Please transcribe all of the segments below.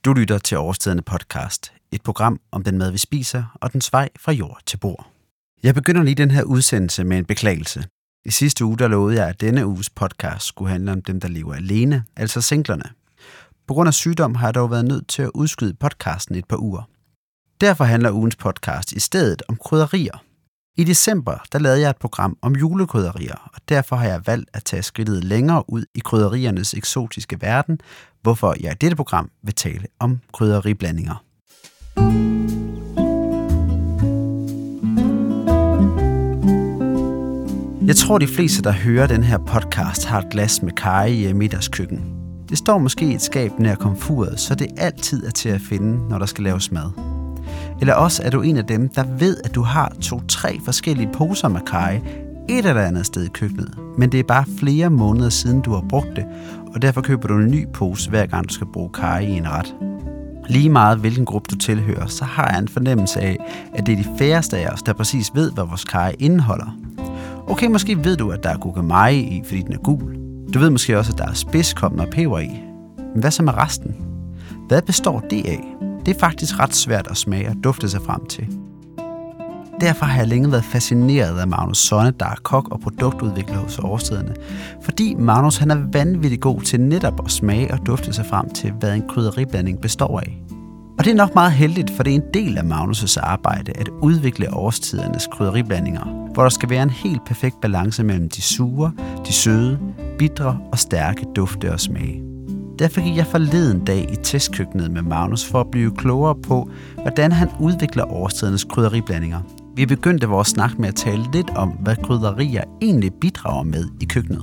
Du lytter til Årstiderne podcast, et program om den mad, vi spiser, og dens vej fra jord til bord. Jeg begynder lige den her udsendelse med en beklagelse. I sidste uge der lovede jeg, at denne uges podcast skulle handle om dem, der lever alene, altså singlerne. På grund af sygdom har jeg dog været nødt til at udskyde podcasten et par uger. Derfor handler ugens podcast i stedet om krydderier. I december der lavede jeg et program om julekrydderier, og derfor har jeg valgt at tage skridtet længere ud i krydderiernes eksotiske verden, hvorfor jeg i dette program vil tale om krydderiblandinger. Jeg tror, de fleste, der hører den her podcast, har et glas med karry i middagskøkken. Det står måske i et skab nær komfuret, så det altid er til at finde, når der skal laves mad. Eller også er du en af dem, der ved, at du har 2-3 forskellige poser med karry et eller andet sted i køkkenet, men det er bare flere måneder siden, du har brugt det, og derfor køber du en ny pose, hver gang du skal bruge karry i en ret. Lige meget hvilken gruppe du tilhører, så har jeg en fornemmelse af, at det er de færreste af os, der præcis ved, hvad vores karry indeholder. Okay, måske ved du, at der er gurkemeje i, fordi den er gul. Du ved måske også, at der er spidskommen og peber i. Men hvad så med resten? Hvad består det af? Det er faktisk ret svært at smage og dufte sig frem til. Derfor har jeg længe været fascineret af Magnus Sonne, der er kok og produktudvikler hos Årstiderne. Fordi Magnus han er vanvittigt god til netop at smage og dufte sig frem til, hvad en krydderiblanding består af. Og det er nok meget heldigt, for det er en del af Magnus' arbejde at udvikle Årstidernes krydderiblandinger, hvor der skal være en helt perfekt balance mellem de sure, de søde, bitre og stærke dufte og smage. Derfor gik jeg forleden dag i testkøkkenet med Magnus for at blive klogere på, hvordan han udvikler Årstidernes krydderiblandinger. Vi begyndte vores snak med at tale lidt om, hvad krydderier egentlig bidrager med i køkkenet.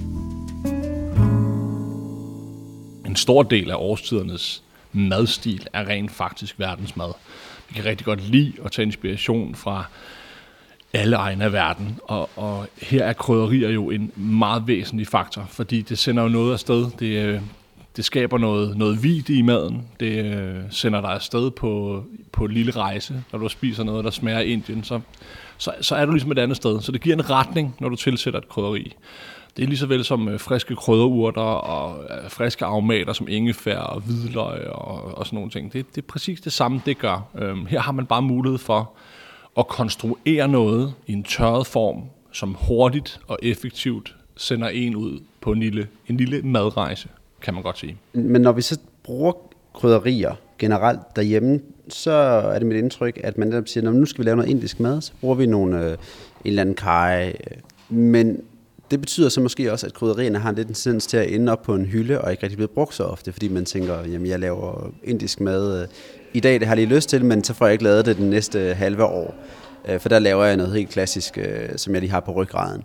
En stor del af Årstidernes madstil er rent faktisk verdensmad. Vi kan rigtig godt lide at tage inspiration fra alle egne af verden, og her er krydderier jo en meget væsentlig faktor, fordi det sender jo noget afsted. Det skaber noget vildt i maden. Det sender dig afsted på en lille rejse. Når du spiser noget, der smager af Indien, så er du ligesom et andet sted. Så det giver en retning, når du tilsætter et krydderi. Det er lige så vel som friske krydderurter og friske aromater som ingefær og hvidløg og sådan nogle ting. Det er præcis det samme, det gør. Her har man bare mulighed for at konstruere noget i en tørret form, som hurtigt og effektivt sender en ud på en lille madrejse, kan man godt sige. Men når vi så bruger krydderier generelt derhjemme, så er det mit indtryk, at man netop siger, at nu skal vi lave noget indisk mad, så bruger vi en eller anden karry. Men det betyder så måske også, at krydderierne har en lidt tendens til at ende op på en hylde, og ikke rigtig bliver brugt så ofte, fordi man tænker, jamen jeg laver indisk mad i dag, det har jeg lige lyst til, men så får jeg ikke lavet det den næste halve år. For der laver jeg noget helt klassisk, som jeg lige har på ryggraden.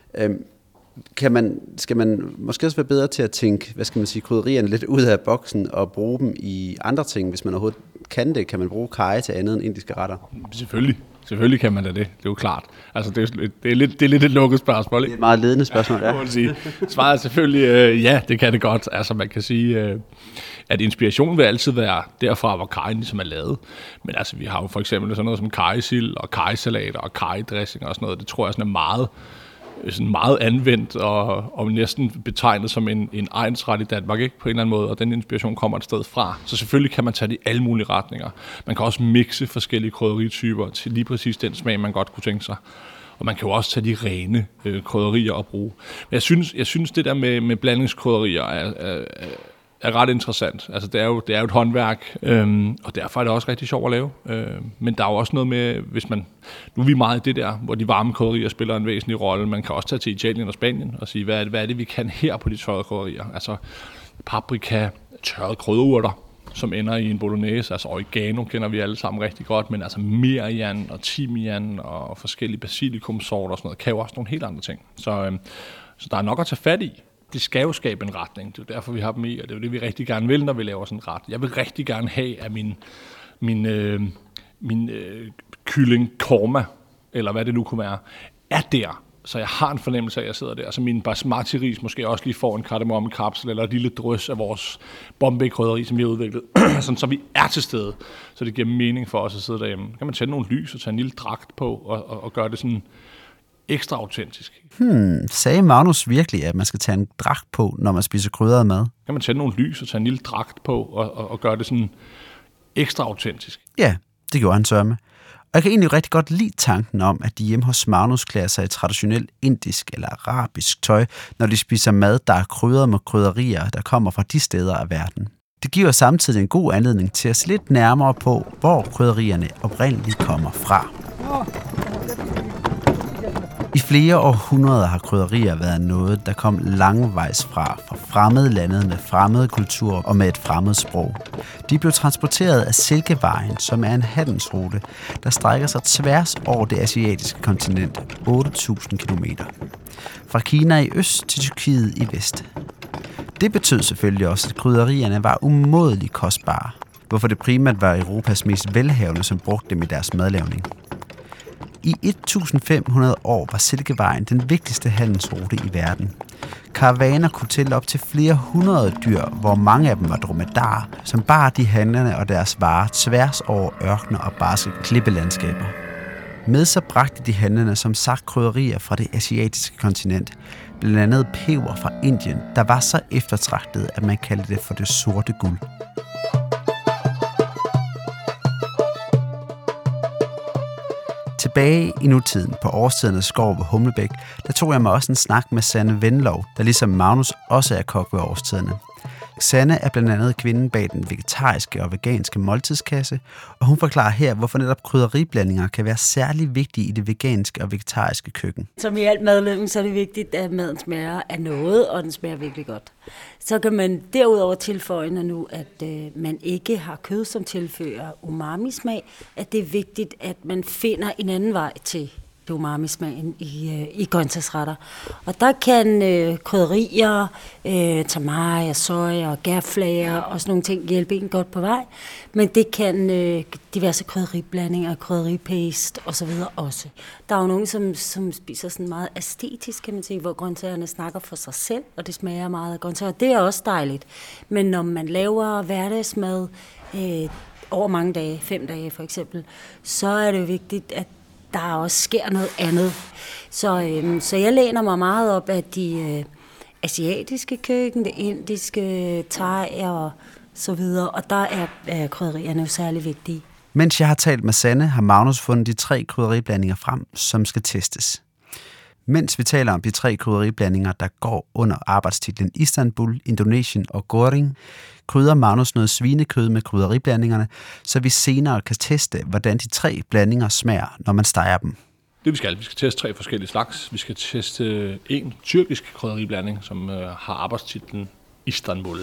Skal man måske også være bedre til at tænke, krydderierne lidt ud af boksen og bruge dem i andre ting, hvis man overhovedet kan det? Kan man bruge karry til andet end indiske retter? Selvfølgelig kan man da det. Det er jo klart. Altså det er lidt et lukket spørgsmål, ikke? Det er et meget ledende spørgsmål, ja. Svaret er selvfølgelig, ja, det kan det godt. Altså man kan sige, at inspiration vil altid være derfra, hvor karryen ligesom er lavet. Men altså vi har jo for eksempel sådan noget som karrysild og karrysalater og karrydressing og sådan noget. Det tror jeg sådan er meget anvendt og næsten betegnet som en egnsret i Danmark, ikke? På en eller anden måde, og den inspiration kommer et sted fra. Så selvfølgelig kan man tage det i alle mulige retninger. Man kan også mixe forskellige krydderityper til lige præcis den smag, man godt kunne tænke sig. Og man kan jo også tage de rene krydderier og bruge. Men jeg synes det der med blandingskrydderier er ret interessant. Altså det er jo et håndværk, og derfor er det også rigtig sjovt at lave. Men der er jo også noget med, nu er vi meget i det der, hvor de varme krydderier spiller en væsentlig rolle. Man kan også tage til Italien og Spanien og sige, hvad er det vi kan her på de tørrede krydderier? Altså paprika, tørrede krydderurter, som ender i en bolognese. Altså oregano kender vi alle sammen rigtig godt, men altså merian og timian og forskellige basilikumsorter og sådan noget, kan jo også nogle helt andre ting. Så der er nok at tage fat i. Det skal jo skabe en retning. Det er derfor, vi har dem i, og det er det, vi rigtig gerne vil, når vi laver sådan en ret. Jeg vil rigtig gerne have, at min kylling korma, eller hvad det nu kunne være, er der. Så jeg har en fornemmelse af, at jeg sidder der. Så min basmati-ris måske også lige får en kardemommekapsel, eller et lille drys af vores Bombay-krydderi, som vi har udviklet. Sådan, så vi er til stede. Så det giver mening for os at sidde derhjemme. Så kan man tænde nogle lys og tage en lille dragt på, og gøre det sådan ekstra autentisk. Sagde Magnus virkelig, at man skal tage en dragt på, når man spiser krydret mad? Kan man tænde nogle lys og tage en lille dragt på og gøre det sådan ekstra autentisk? Ja, det gjorde han sørme. Og jeg kan egentlig rigtig godt lide tanken om, at de hjemme hos Magnus klæder sig i traditionelt indisk eller arabisk tøj, når de spiser mad, der er krydret med krydderier, der kommer fra de steder af verden. Det giver samtidig en god anledning til at se lidt nærmere på, hvor krydderierne oprindeligt kommer fra. I flere århundreder har krydderier været noget, der kom langvejs fra fremmede lande med fremmede kulturer og med et fremmed sprog. De blev transporteret af Silkevejen, som er en handelsrute, der strækker sig tværs over det asiatiske kontinent, 8.000 kilometer. Fra Kina i øst til Tyrkiet i vest. Det betød selvfølgelig også, at krydderierne var umådeligt kostbare, hvorfor det primært var Europas mest velhavende, som brugte dem i deres madlavning. I 1500 år var Silkevejen den vigtigste handelsrute i verden. Karavaner kunne tælle op til flere hundrede dyr, hvor mange af dem var dromedarer, som bar de handlerne og deres varer tværs over ørkener og barske klippelandskaber. Med så bragte de handlerne som sagt krydderier fra det asiatiske kontinent, blandt andet peber fra Indien, der var så eftertragtet, at man kaldte det for det sorte guld. Tilbage i nutiden på Årstidernes skov ved Humlebæk, der tog jeg mig også en snak med Sanne Venlov, der ligesom Magnus også er kok ved Årstiderne. Sanne er blandt andet kvinden bag den vegetariske og veganske måltidskasse, og hun forklarer her, hvorfor netop krydderiblandinger kan være særlig vigtige i det veganske og vegetariske køkken. Som i alt madlavning, så er det vigtigt, at maden smager af noget, og den smager virkelig godt. Så kan man derudover tilføje nu, at man ikke har kød, som tilfører umami-smag, at det er vigtigt, at man finder en anden vej til umami-smagen i grøntsagsretter. Og der kan krydderier, tamari, soja og gærflager og sådan nogle ting hjælpe en godt på vej. Men det kan diverse krydderiblandinger, krydderipaste osv. også. Der er jo nogen, som spiser sådan meget æstetisk, kan man sige, hvor grøntsagerne snakker for sig selv, og det smager meget af grøntsager. Det er også dejligt. Men når man laver hverdagsmad over mange dage, 5 dage for eksempel, så er det jo vigtigt, at der også sker noget andet. Så jeg læner mig meget op af de asiatiske køkken, det indiske, thai og så videre, og der er krydderierne jo særlig vigtige. Mens jeg har talt med Sanne, har Magnus fundet de 3 krydderiblandinger frem, som skal testes. Mens vi taler om de 3 krydderiblandinger, der går under arbejdstitlen Istanbul, Indonesien og Goreng, krydder Magnus noget svinekød med krydderiblandingerne, så vi senere kan teste, hvordan de 3 blandinger smager, når man steger dem. Det vi skal teste 3 forskellige slags. Vi skal teste en tyrkisk krydderiblanding, som har arbejdstitlen Istanbul.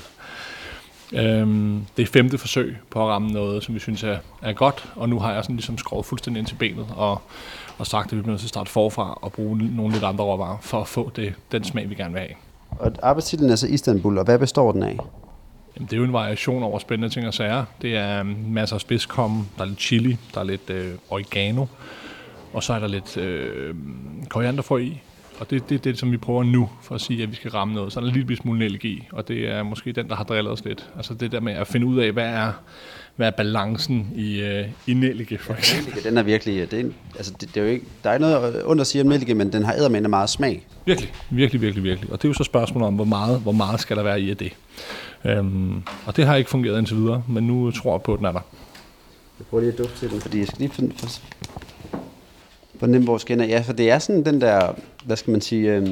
Det er 5. forsøg på at ramme noget, som vi synes er godt, og nu har jeg sådan ligesom skåret fuldstændig ind til benet og sagt, at vi bliver nødt til at starte forfra og bruge nogle lidt andre råvarer for at få den smag, vi gerne vil have. Og arbejdstitlen er så Istanbul, og hvad består den af? Jamen, det er jo en variation over spændende ting og sager. Det er masser af spidskommen, der er lidt chili, der er lidt oregano, og så er der lidt korianderfrø i. Og det er det, som vi prøver nu, for at sige, at vi skal ramme noget. Så er der en lille smule nellike i, og det er måske den, der har drillet os lidt. Altså det der med at finde ud af, hvad er balancen i nellike, for eksempel. Nellike, den er virkelig, det er jo ikke, der er ikke noget ondt at sige om nellike, men den har eddermame meget smag. Virkelig. Og det er jo så spørgsmålet om, hvor meget skal der være i af det. Og det har ikke fungeret indtil videre, men nu tror jeg på, at den er der. Jeg prøver lige at dufte til den, fordi jeg skal lige finde fornemme, hvor skinner. Ja, for det er sådan den der, hvad skal man sige,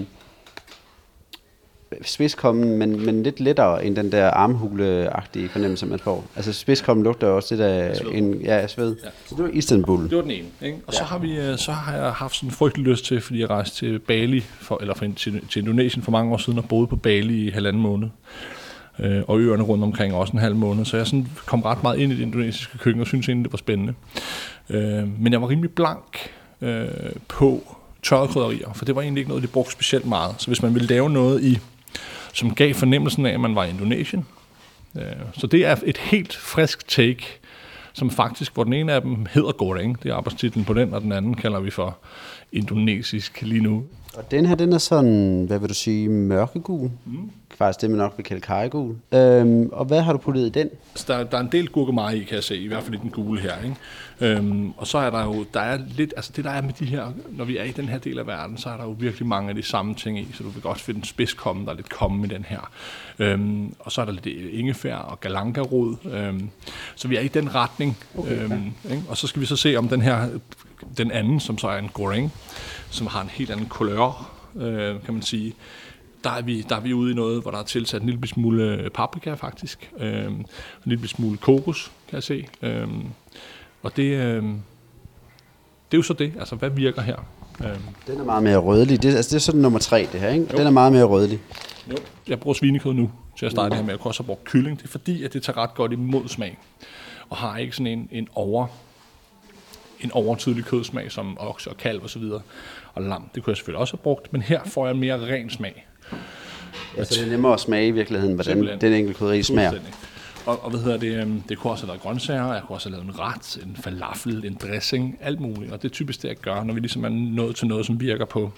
spidskommen, men lidt lettere end den der armhule-agtige fornemmelse, man får. Altså spidskommen lugter også lidt af sved. Ja. Så det var Istanbul. Det var den ene, ikke? Og så har jeg haft sådan en frygtelig lyst til, fordi jeg rejste til Bali, til Indonesien for mange år siden, og boede på Bali i 1,5 måned. Og øerne rundt omkring også en halv måned. Så jeg sådan kom ret meget ind i det indonesiske køkken, og synes egentlig, det var spændende. Men jeg var rimelig blank på tørrede krydderier, for det var egentlig ikke noget, de brugte specielt meget. Så hvis man ville lave noget som gav fornemmelsen af, at man var i Indonesien. Så det er et helt frisk take, som faktisk, hvor den ene af dem hedder Goreng, det er arbejdstitlen på den, og den anden kalder vi for indonesisk lige nu. Og den her, den er sådan, hvad vil du sige, mørkegul. Faktisk det, man nok vil kalde karrigul. Og hvad har du puttet i den? Der er en del gurkemeje i, kan jeg se, i hvert fald i den gule her. Ikke? Og så er der er lidt, altså det der er med de her, når vi er i den her del af verden, så er der jo virkelig mange af de samme ting i, så du vil godt finde en spidskomme, der er lidt komme i den her. Og så er der lidt ingefær og galangarod. Så vi er i den retning. Okay, ikke? Og så skal vi så se om den anden, som så er en goreng, som har en helt anden kulør, kan man sige. Der er vi ude i noget, hvor der er tilsat en lille smule paprika faktisk, en lille smule kokos, kan jeg se. Og det er jo så det, altså hvad virker her? Den er meget mere rødlig. Det er sådan nummer 3, det her, ikke? Den er meget mere rødlig. Jo. Jeg bruger svinekød nu til at starte det her med. Jeg kan også bruge kylling. Det er fordi, at det tager ret godt imod smag, og har ikke sådan en overtydelig kødsmag, som okse og kalv og så videre. Og lam, det kunne jeg selvfølgelig også have brugt, men her får jeg en mere ren smag. Ja, så det er nemmere at smage i virkeligheden, hvordan den enkelte krydderi smager. Og hvad hedder det? Det kunne også have været grøntsager, jeg kunne også have lavet en ret, en falafel, en dressing, alt muligt. Og det er typisk det, jeg gør, når vi ligesom er nået til noget, som virker på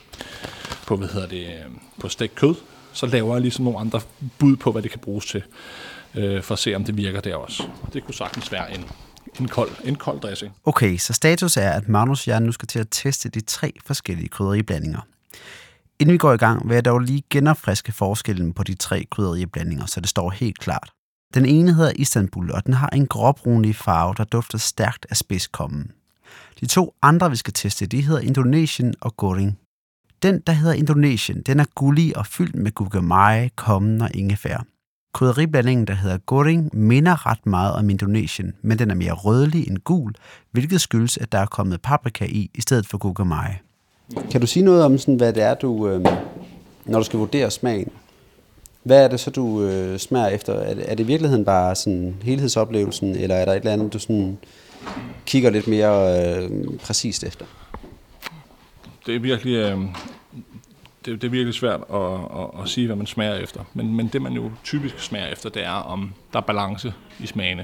stegt kød. Så laver jeg ligesom nogle andre bud på, hvad det kan bruges til, for at se, om det virker der også. Og det kunne sagtens være en kold dressing. Okay, så status er, at Magnus og jeg nu skal til at teste de 3 forskellige krydderiblandinger. Inden vi går i gang, vil jeg dog lige genopfriske forskellen på de 3 krydderiblandinger, så det står helt klart. Den ene hedder Istanbul, og den har en gråbrunlig farve, der dufter stærkt af spidskommen. De 2 andre, vi skal teste, de hedder Indonesian og Goreng. Den, der hedder Indonesian, den er gullig og fyldt med gurkemeje, kommen og ingefær. Krydderiblandingen, der hedder Goreng, minder ret meget om Indonesian, men den er mere rødlig end gul, hvilket skyldes, at der er kommet paprika i stedet for gurkemeje. Kan du sige noget om, sådan, hvad det er, når du skal vurdere smagen? Hvad er det så, du smager efter? Er det i virkeligheden bare sådan helhedsoplevelsen, eller er der et eller andet, du sådan kigger lidt mere præcist efter? Det er virkelig svært at sige, hvad man smager efter. Men det, man jo typisk smager efter, det er, om der er balance i smagene.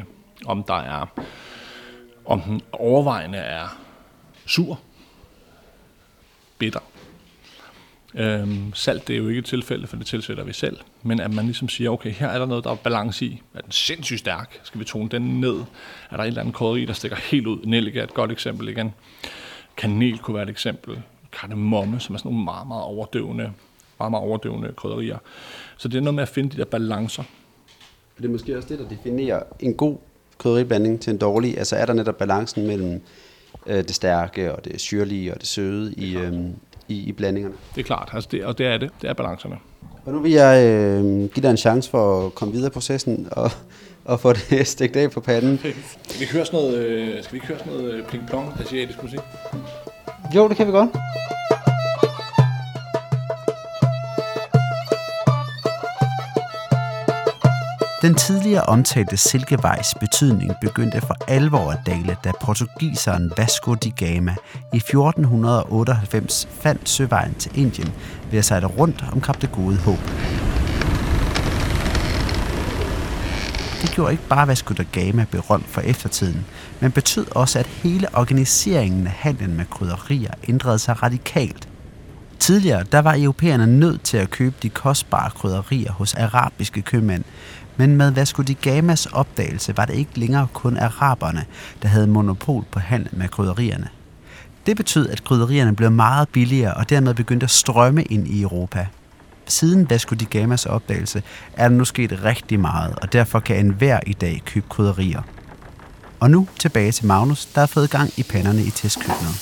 Om den overvejende er sur, bitter. Salt, det er jo ikke et tilfælde, for det tilsætter vi selv. Men at man ligesom siger, okay, her er der noget, der er balance i. Er den sindssygt stærk? Skal vi tone den ned? Er der et eller andet krydderi, der stikker helt ud? Nellike er et godt eksempel igen. Kanel kunne være et eksempel. Kardemomme, som er sådan nogle meget, meget overdøvende krydderier. Så det er noget med at finde de der balancer. Det er måske også det, der definerer en god krydderiblanding til en dårlig. Altså er der netop balancen mellem det stærke og det syrlige og det søde i blandingerne? Det er klart, altså det er det. Det er balancerne. Og nu vil jeg give dig en chance for at komme videre i processen og få det stegt af på panden. Skal vi ikke høre sådan noget ping-pong asiatisk musik? Jo, det kan vi godt. Den tidligere omtalte Silkevejs betydning begyndte for alvor at dale, da portugiseren Vasco da Gama i 1498 fandt søvejen til Indien ved at sejle rundt om Kap det Gode Håb. Det gjorde ikke bare Vasco da Gama berømt for eftertiden, men betød også, at hele organiseringen af handlen med krydderier ændrede sig radikalt. Tidligere der var europæerne nødt til at købe de kostbare krydderier hos arabiske købmænd, men med Vasco da Gamas opdagelse var det ikke længere kun araberne, der havde monopol på handel med krydderierne. Det betød, at krydderierne blev meget billigere og dermed begyndte at strømme ind i Europa. Siden Vasco da Gamas opdagelse er der nu sket rigtig meget, og derfor kan enhver i dag købe krydderier. Og nu tilbage til Magnus, der har fået gang i panderne i testkøkkenet.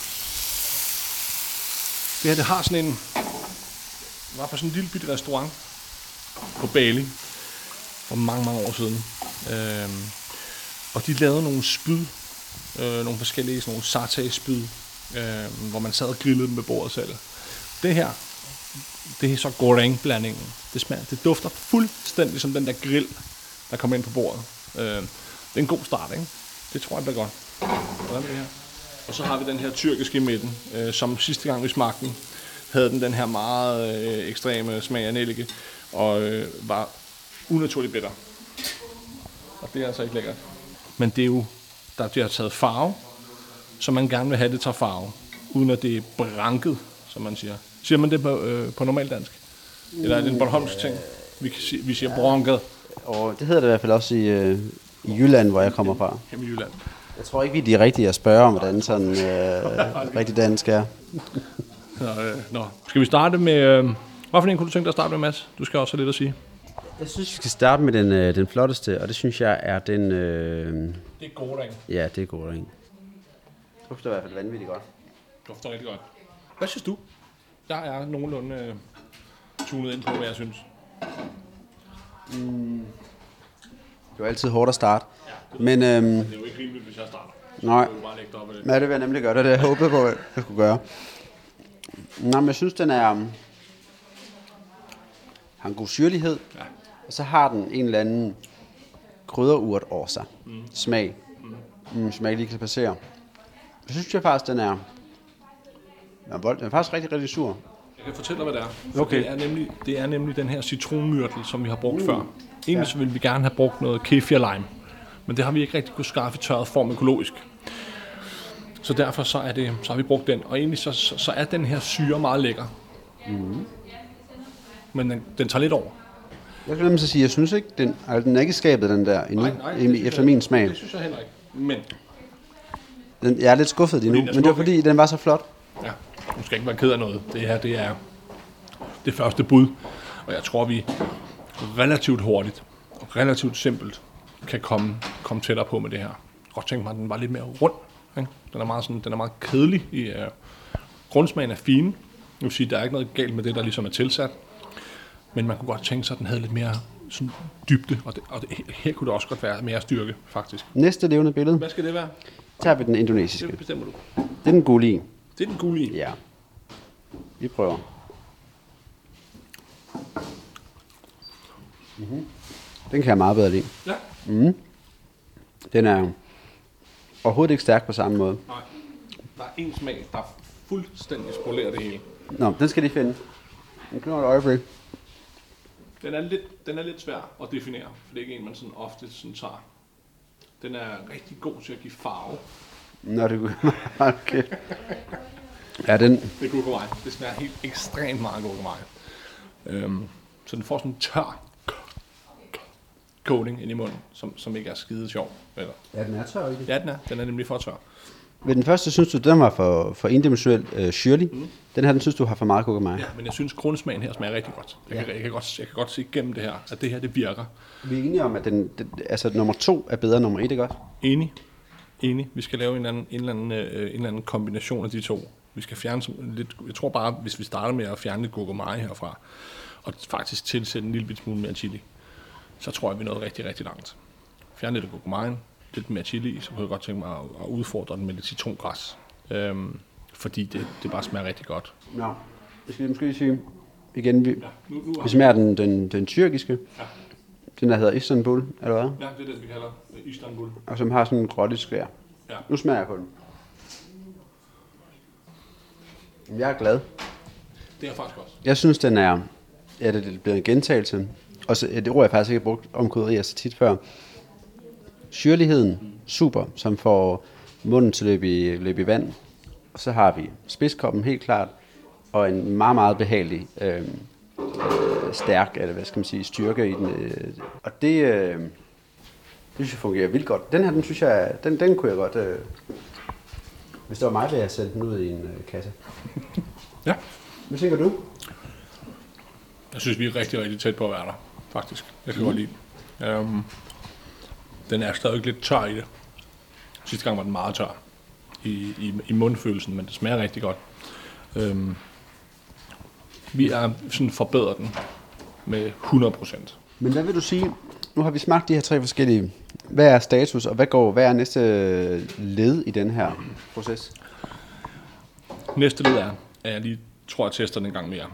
Det her, det har sådan en... var på sådan en lille bitte restaurant på Bali for mange, mange år siden. Og de lavede nogle spyd, nogle forskellige sådan nogle satay-spyd, hvor man sad og grillede dem ved bordet selv. Det her, det er så goreng-blandingen. Det dufter fuldstændig som den der grill, der kommer ind på bordet. Det er en god start, ikke? Det tror jeg bliver godt. Hvordan er det her? Og så har vi den her tyrkiske i midten, som sidste gang vi smagte den, havde den her meget ekstreme smag af nellike, og var unaturligt bitter. Og det er altså ikke lækkert. Men det er jo, der har taget farve, så man gerne vil have det tager farve, uden at det er branket, som man siger. Siger man det på normal dansk? Eller er det en bornholmsk ting? Vi siger bronket. Og det hedder det i hvert fald også i Jylland, hvor jeg kommer fra. Hjemme i Jylland. Jeg tror ikke, vi er de rigtige at spørge om, hvordan sådan rigtig dansk er. Skal vi starte med... hvad for en kunne du tænke dig at starte med, Mads? Du skal også have lidt at sige. Jeg synes, vi skal starte med den flotteste, og det synes jeg er den... Det er Gårding. Ja, det er Gårding. Det dufter i hvert fald vanvittigt godt. Det dufter rigtig godt. Hvad synes du? Der er nogenlunde tunet ind på, hvad jeg synes. Det er jo altid hårdt at starte. Ja, men det er jo ikke rimeligt, hvis jeg starter. Nej. Så bare lægge det op af det. Ja, det vil jeg nemlig gøre. Det er det, jeg håbede på, at jeg skulle gøre. Nej, men jeg synes, den er... har en god syrlighed. Ja. Og så har den en eller anden krydderurt over sig. Smag. Som jeg ikke lige kan passere. Jeg synes faktisk, den er faktisk rigtig, rigtig sur. Jeg kan fortælle dig, hvad det er. Okay. Det er nemlig den her citronmyrtel, som vi har brugt før. Egentlig så ville vi gerne have brugt noget kefir lime. Men det har vi ikke rigtig kunne skaffe i tørret form økologisk. Så derfor så har vi brugt den. Og egentlig så er den her syre meget lækker. Men den tager lidt over. Jeg kan nemlig så sige, jeg synes ikke, den er ikke skabet, den der endnu, efter min smag. Det synes jeg heller ikke. Men jeg er lidt skuffet lige nu, men det var fordi, den var så flot. Ja, du skal ikke være ked af noget. Det her, det er det første bud. Og jeg tror, vi relativt hurtigt og relativt simpelt kan komme tættere på med det her. Jeg kan godt tænke mig, at den var lidt mere rund. Ikke? Den er meget kedelig. Grundsmagen er fin. Jeg vil sige, der er ikke noget galt med det, der ligesom er tilsat. Men man kunne godt tænke sig, at den havde lidt mere sådan dybde. Og her kunne det også godt være mere styrke, faktisk. Næste levende billede. Hvad skal det være? Tager vi den indonesiske. Det bestemmer du. Det er den gulige. Det er den gulige? Ja. Vi prøver. Den kan jeg meget bedre lide. Ja. Den er overhovedet ikke stærk på samme måde. Nej. Der er en smag, der fuldstændig spolerer det hele. Nå, den skal de finde. Den kender et øjeblik. Den er lidt svær at definere, for det er ikke en, man sådan ofte sådan tager. Den er rigtig god til at give farve. Nå, det kunne okay. Ja, den... Det er gurkemeje. Det smager helt ekstremt meget gurkemeje. Så den får sådan en tør coating ind i munden, som ikke er skide sjov. Eller? Ja, den er tør, ikke? Ja, den er nemlig for tør. Ved den første synes du, den var for indimensionelt syrlig. Den her, den synes du har for meget gurkemeje. Ja, men jeg synes, grundsmagen her smager rigtig godt. Jeg kan godt se igennem det her, at det her, det virker. Vi er enige om, at altså nummer 2 er bedre end nummer 1, ikke godt? Enig. Vi skal lave en eller anden kombination af de to. Vi skal fjerne lidt. Jeg tror bare, hvis vi starter med at fjerne lidt gurkemeje herfra, og faktisk tilsætte en lille smule mere chili, så tror jeg, vi er nået rigtig, rigtig langt. Fjerne lidt af gurkemejen, lidt mere chili, så kunne jeg godt tænke mig at udfordre den med lidt citrongræs. Fordi det bare smager rigtig godt. Nå, det skal vi måske sige igen. Vi smager den tyrkiske. Ja. Den der hedder Istanbul, eller hvad? Ja, det er det, vi kalder Istanbul. Og som har sådan en grålig skær. Ja. Nu smager jeg på den. Jeg er glad. Det er jeg faktisk også. Jeg synes, den er... Ja, det bliver en gentagelse. Og så, det ord, jeg faktisk ikke har brugt om krydderier så tit før. Syrligheden, super, som får munden til at løbe i vand. Og så har vi spidskoppen helt klart, og en meget, meget behagelig, stærk, eller hvad skal man sige, styrke i den. Og det synes jeg fungerer vildt godt. Den her, den synes jeg, den kunne jeg godt... hvis det var mig, ville jeg sende den ud i en kasse. Ja. Hvad tænker du? Jeg synes, vi er rigtig, rigtig tæt på at være der, faktisk. Jeg kan godt lide den er stadig lidt tør i det. Sidste gang var den meget tør i mundfølelsen, men det smager rigtig godt. Vi er sådan forbedret den med 100%. Men hvad vil du sige? Nu har vi smagt de her 3 forskellige. Hvad er status, og hvad er næste led i den her proces? Næste led er, at jeg lige tror, at jeg tester den en gang mere.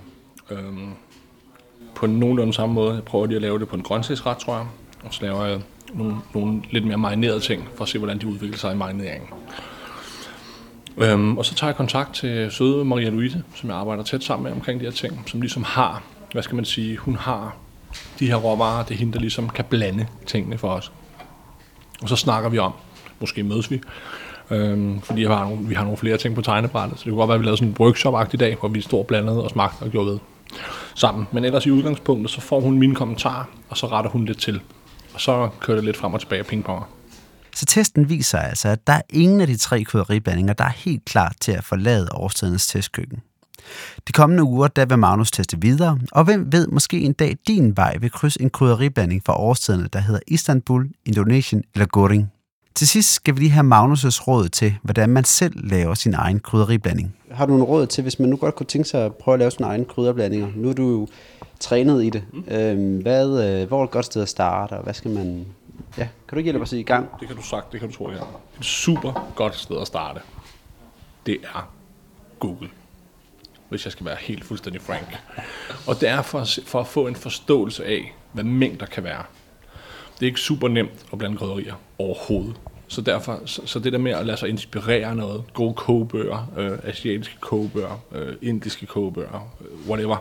På nogenlunde samme måde. Jeg prøver lige at lave det på en grøntsagsret, tror jeg. Og så laver jeg nogle lidt mere marinerede ting, for at se, hvordan de udvikler sig i marineringen. Og så tager jeg kontakt til søde Maria Louise, som jeg arbejder tæt sammen med omkring de her ting, som ligesom har, hvad skal man sige, hun har de her råvarer, det er hende, der ligesom kan blande tingene for os. Og så snakker vi om, måske mødes vi, Fordi vi har nogle flere ting på tegnebrættet, så det kunne godt være, at vi lavede sådan en workshop-agtig dag, hvor vi stod blandet og smagte og gjorde ved sammen. Men ellers i udgangspunktet, så får hun mine kommentarer, og så retter hun lidt til. Og så kører det lidt frem og tilbage pingponger. Så testen viser altså, at der er ingen af de 3 krydderiblandinger, der er helt klar til at forlade Årstidens testkøkken. De kommende uger, der vil Magnus teste videre, og hvem ved, måske en dag din vej vil krydse en krydderiblanding fra årstiderne, der hedder Istanbul, Indonesien eller Goring. Til sidst skal vi lige have Magnus' råd til, hvordan man selv laver sin egen krydderiblanding. Har du nogle råd til, hvis man nu godt kunne tænke sig at prøve at lave sin egen krydderblandinger? Nu er du jo trænet i det. Hvor er et godt sted at starte, og hvad skal man... Ja, kan du ikke hjælpe os i gang? Det kan du tro, ja. Et super godt sted at starte, det er Google. Hvis jeg skal være helt fuldstændig frank. Og det er for at få en forståelse af, hvad mængder kan være. Det er ikke super nemt at blande krydderier overhovedet. Så derfor, så det der med at lade sig inspirere noget, gode kogebøger, asiatiske kogebøger, indiske kogebøger, whatever.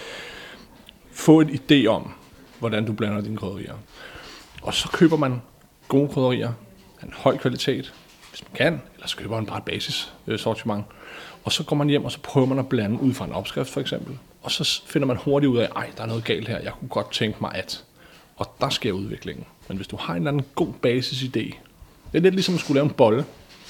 Få en idé om, hvordan du blander dine krydderier. Og så køber man gode krydderier af en høj kvalitet, hvis man kan, eller så køber man bare et basis sortiment. Og så går man hjem, og så prøver man at blande ud fra en opskrift for eksempel. Og så finder man hurtigt ud af, der er noget galt her, jeg kunne godt tænke mig at. Og der sker udviklingen. Men hvis du har en eller anden god basisidé, det er lidt ligesom at skulle lave en bolle.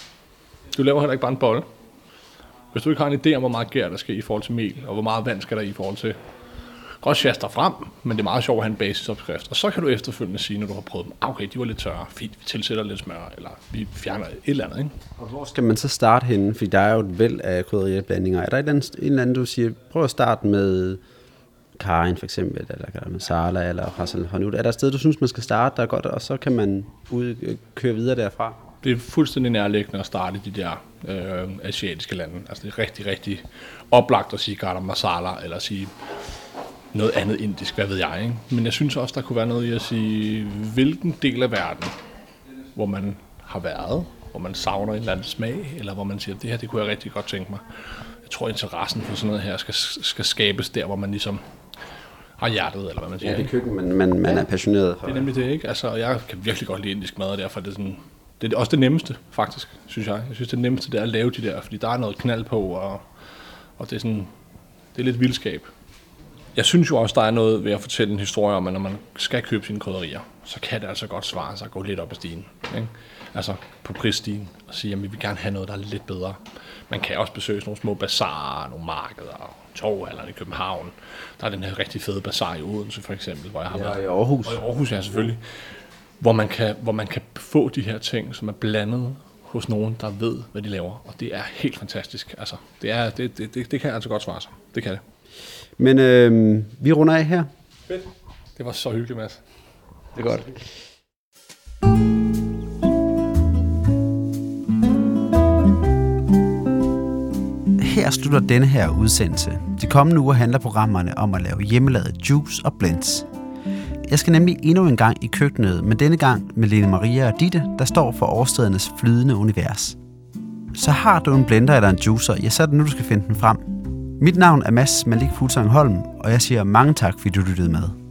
Du laver heller ikke bare en bolle. Hvis du ikke har en idé om, hvor meget gær der skal i forhold til mel, og hvor meget vand skal der i forhold til, godt sjaster frem, men det er meget sjovt at have en basisopskrift. Og så kan du efterfølgende sige, når du har prøvet dem, okay, de var lidt tørre, fint, vi tilsætter lidt smør, eller vi fjerner et eller andet, ikke? Og hvor skal man så starte henne? Fordi der er jo et væld af krydderiblandinger. Er der en eller anden, du siger, prøv at starte med Karin for eksempel, eller masala, eller Hassan Hanut. Er der et sted, du synes, man skal starte, der er godt, og så kan man køre videre derfra? Det er fuldstændig nærliggende at starte i de der asiatiske lande. Altså det er rigtig, rigtig oplagt at sige garam masala, eller sige noget andet indisk, hvad ved jeg, ikke? Men jeg synes også, der kunne være noget i at sige, hvilken del af verden, hvor man har været, hvor man savner en eller anden smag, eller hvor man siger, det her, det kunne jeg rigtig godt tænke mig. Jeg tror, interessen for sådan noget her skal skabes der, hvor man ligesom har hjertet, eller hvad man siger. Ja, det er køkken, man er passioneret for. Det er nemlig det, ikke? Altså, jeg kan virkelig godt lide indisk mad, og derfor er det sådan, det er også det nemmeste, faktisk, synes jeg. Jeg synes, det nemmeste, det er at lave de der, fordi der er noget knald på, og det er sådan, det er lidt vildskab. Jeg synes jo også, der er noget ved at fortælle en historie om, at når man skal købe sine krydderier, så kan det altså godt svare sig at gå lidt op ad stigen. Ikke? Altså på prisstigen og sige, at vi vil gerne have noget, der er lidt bedre. Man kan også besøge nogle små bazarer, nogle markeder, torvhallerne i København. Der er den her rigtig fede bazar i Odense for eksempel, hvor jeg har været. I Aarhus. Og i Aarhus, ja, selvfølgelig. Hvor man kan få de her ting, som er blandet hos nogen, der ved, hvad de laver. Og det er helt fantastisk. Altså, det kan altså godt svare sig. Det kan det. Men vi runder af her. Fedt. Det var så hyggeligt, Mads. Det er godt. Her slutter denne her udsendelse. De kommende uger handler programmerne om at lave hjemmelavet juice og blends. Jeg skal nemlig endnu en gang i køkkenet, men denne gang med Lene Maria og Ditte, der står for årstedernes flydende univers. Så har du en blender eller en juicer, ja, så er det nu, du skal finde den frem. Mit navn er Mads Malik Fuglsang Holm, og jeg siger mange tak, fordi du lyttede med.